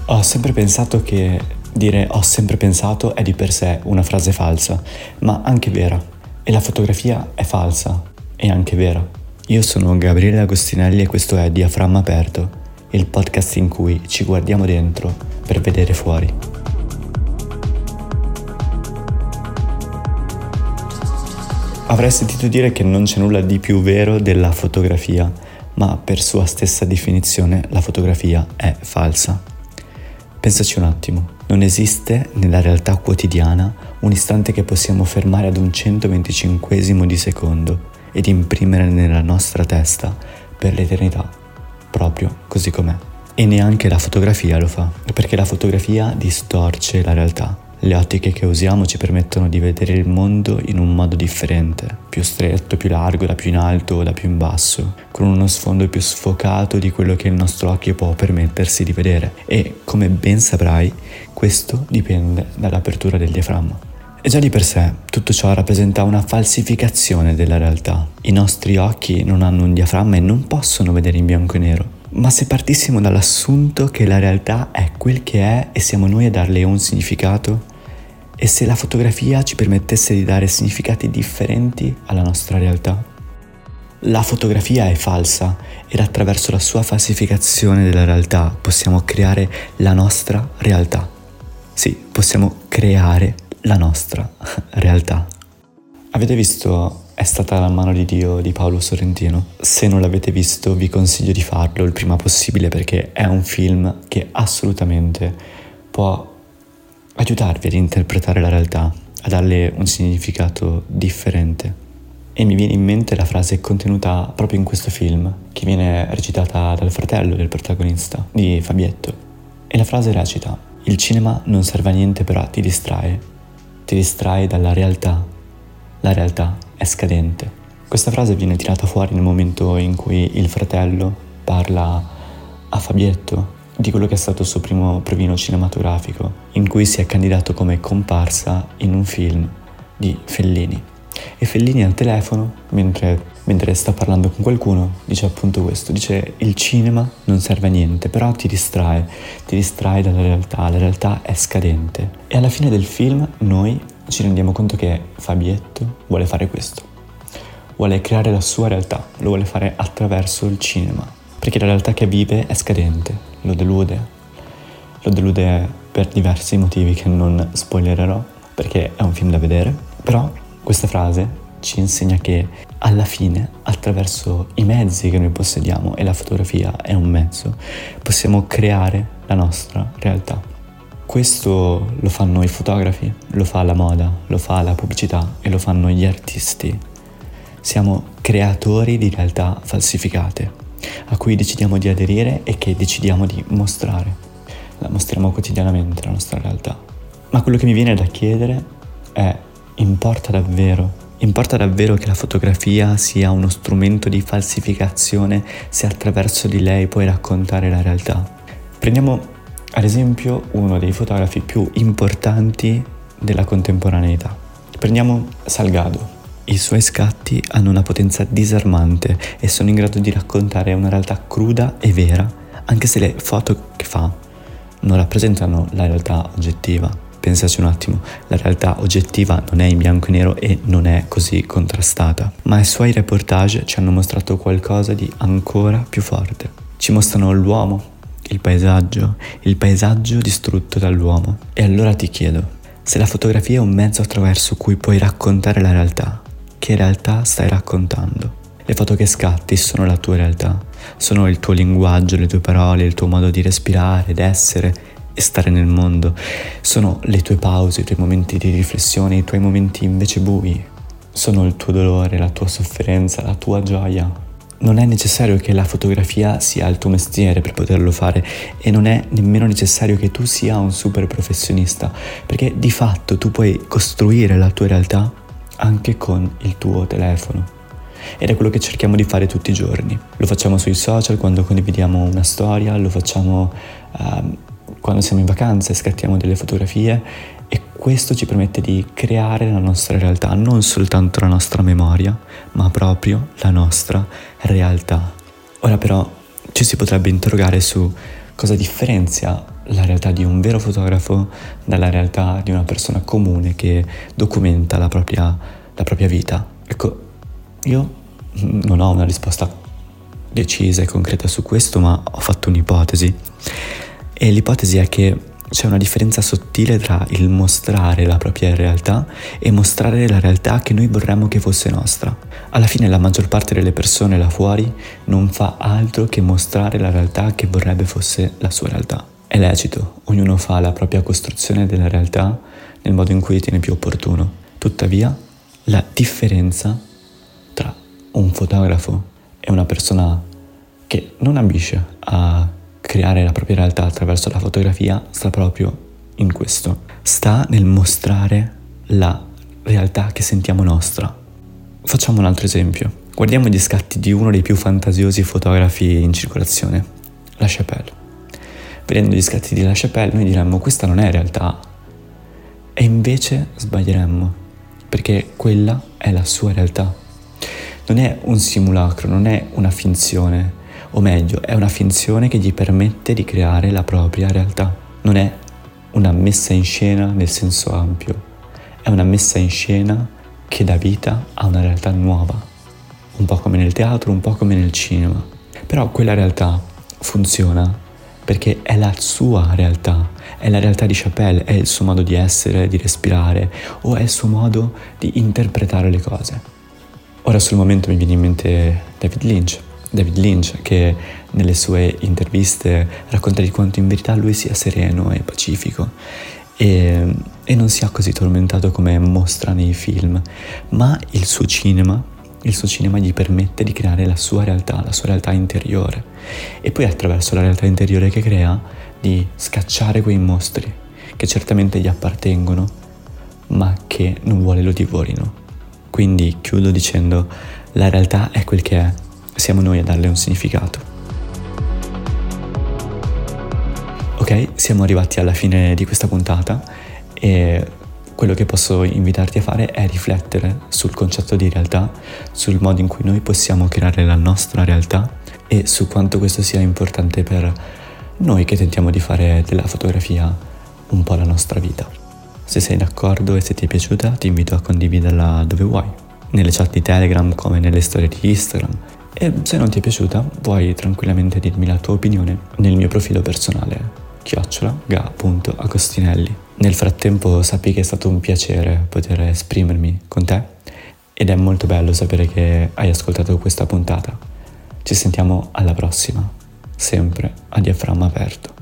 Ho sempre pensato che dire ho sempre pensato è di per sé una frase falsa, ma anche vera. E la fotografia è falsa, e anche vera. Io sono Gabriele Agostinelli e questo è Diaframma Aperto, il podcast in cui ci guardiamo dentro per vedere fuori. Avrei sentito dire che non c'è nulla di più vero della fotografia, ma per sua stessa definizione la fotografia è falsa. Pensaci un attimo, non esiste nella realtà quotidiana un istante che possiamo fermare ad un 125esimo di secondo ed imprimere nella nostra testa per l'eternità, proprio così com'è. E neanche la fotografia lo fa, perché la fotografia distorce la realtà. Le ottiche che usiamo ci permettono di vedere il mondo in un modo differente, più stretto, più largo, da più in alto o da più in basso, con uno sfondo più sfocato di quello che il nostro occhio può permettersi di vedere. E, come ben saprai, questo dipende dall'apertura del diaframma. E già di per sé tutto ciò rappresenta una falsificazione della realtà. I nostri occhi non hanno un diaframma e non possono vedere in bianco e nero. Ma se partissimo dall'assunto che la realtà è quel che è e siamo noi a darle un significato, e se la fotografia ci permettesse di dare significati differenti alla nostra realtà? La fotografia è falsa ed attraverso la sua falsificazione della realtà possiamo creare la nostra realtà. Sì, possiamo creare la nostra realtà. Avete visto È stata la mano di Dio di Paolo Sorrentino? Se non l'avete visto vi consiglio di farlo il prima possibile perché è un film che assolutamente può aiutarvi ad interpretare la realtà, a darle un significato differente. E mi viene in mente la frase contenuta proprio in questo film, che viene recitata dal fratello del protagonista, di Fabietto. E la frase recita: il cinema non serve a niente però ti distrae dalla realtà. La realtà è scadente. Questa frase viene tirata fuori nel momento in cui il fratello parla a Fabietto di quello che è stato il suo primo provino cinematografico, in cui si è candidato come comparsa in un film di Fellini. E Fellini al telefono, mentre sta parlando con qualcuno, dice appunto questo, dice: il cinema non serve a niente, però ti distrae dalla realtà, la realtà è scadente. E alla fine del film noi ci rendiamo conto che Fabietto vuole fare questo, vuole creare la sua realtà, lo vuole fare attraverso il cinema, perché la realtà che vive è scadente, lo delude per diversi motivi che non spoilererò, perché è un film da vedere. Però questa frase ci insegna che alla fine, attraverso i mezzi che noi possediamo, e la fotografia è un mezzo, possiamo creare la nostra realtà. Questo lo fanno i fotografi, lo fa la moda, lo fa la pubblicità e lo fanno gli artisti. Siamo creatori di realtà falsificate, a cui decidiamo di aderire e che decidiamo di mostrare. La mostriamo quotidianamente, la nostra realtà. Ma quello che mi viene da chiedere è: importa davvero che la fotografia sia uno strumento di falsificazione se attraverso di lei puoi raccontare la realtà? Prendiamo ad esempio uno dei fotografi più importanti della contemporaneità. Prendiamo Salgado. I suoi scatti hanno una potenza disarmante e sono in grado di raccontare una realtà cruda e vera, anche se le foto che fa non rappresentano la realtà oggettiva. Pensaci un attimo, la realtà oggettiva non è in bianco e nero e non è così contrastata, ma i suoi reportage ci hanno mostrato qualcosa di ancora più forte. Ci mostrano l'uomo, il paesaggio distrutto dall'uomo. E allora ti chiedo, se la fotografia è un mezzo attraverso cui puoi raccontare la realtà, che realtà stai raccontando? Le foto che scatti sono la tua realtà, sono il tuo linguaggio, le tue parole, il tuo modo di respirare, ed essere e stare nel mondo. Sono le tue pause, i tuoi momenti di riflessione, i tuoi momenti invece bui. Sono il tuo dolore, la tua sofferenza, la tua gioia. Non è necessario che la fotografia sia il tuo mestiere per poterlo fare, e non è nemmeno necessario che tu sia un super professionista, perché di fatto tu puoi costruire la tua realtà anche con il tuo telefono. Ed è quello che cerchiamo di fare tutti i giorni. Lo facciamo sui social quando condividiamo una storia, lo facciamo quando siamo in vacanza e scattiamo delle fotografie, e questo ci permette di creare la nostra realtà, non soltanto la nostra memoria, ma proprio la nostra realtà. Ora però ci si potrebbe interrogare su cosa differenzia la realtà di un vero fotografo dalla realtà di una persona comune che documenta la propria vita? Ecco, io non ho una risposta decisa e concreta su questo, ma ho fatto un'ipotesi. E l'ipotesi è che c'è una differenza sottile tra il mostrare la propria realtà e mostrare la realtà che noi vorremmo che fosse nostra. Alla fine la maggior parte delle persone là fuori non fa altro che mostrare la realtà che vorrebbe fosse la sua realtà. È lecito, ognuno fa la propria costruzione della realtà nel modo in cui ritiene più opportuno. Tuttavia, la differenza tra un fotografo e una persona che non ambisce a creare la propria realtà attraverso la fotografia sta proprio in questo. Sta nel mostrare la realtà che sentiamo nostra. Facciamo un altro esempio. Guardiamo gli scatti di uno dei più fantasiosi fotografi in circolazione, Lachapelle. Vedendo gli scatti di Lachapelle noi diremmo questa non è realtà. E invece sbaglieremmo, perché quella è la sua realtà. Non è un simulacro, non è una finzione, o meglio, è una finzione che gli permette di creare la propria realtà. Non è una messa in scena nel senso ampio, è una messa in scena che dà vita a una realtà nuova, un po' come nel teatro, un po' come nel cinema. Però quella realtà funziona perché è la sua realtà, è la realtà di Chapelle, è il suo modo di essere, di respirare, o è il suo modo di interpretare le cose. Ora sul momento mi viene in mente David Lynch che nelle sue interviste racconta di quanto in verità lui sia sereno e pacifico e non sia così tormentato come mostra nei film, ma il suo cinema gli permette di creare la sua realtà interiore, e poi attraverso la realtà interiore che crea di scacciare quei mostri che certamente gli appartengono ma che non vuole lo divorino. Quindi chiudo dicendo: la realtà è quel che è, siamo noi a darle un significato. Ok, siamo arrivati alla fine di questa puntata e quello che posso invitarti a fare è riflettere sul concetto di realtà, sul modo in cui noi possiamo creare la nostra realtà e su quanto questo sia importante per noi che tentiamo di fare della fotografia un po' la nostra vita. Se sei d'accordo e se ti è piaciuta, ti invito a condividerla dove vuoi, nelle chat di Telegram come nelle storie di Instagram. E se non ti è piaciuta, puoi tranquillamente dirmi la tua opinione nel mio profilo personale, @ga.agostinelli. Nel frattempo sappi che è stato un piacere poter esprimermi con te ed è molto bello sapere che hai ascoltato questa puntata. Ci sentiamo alla prossima, sempre a diaframma aperto.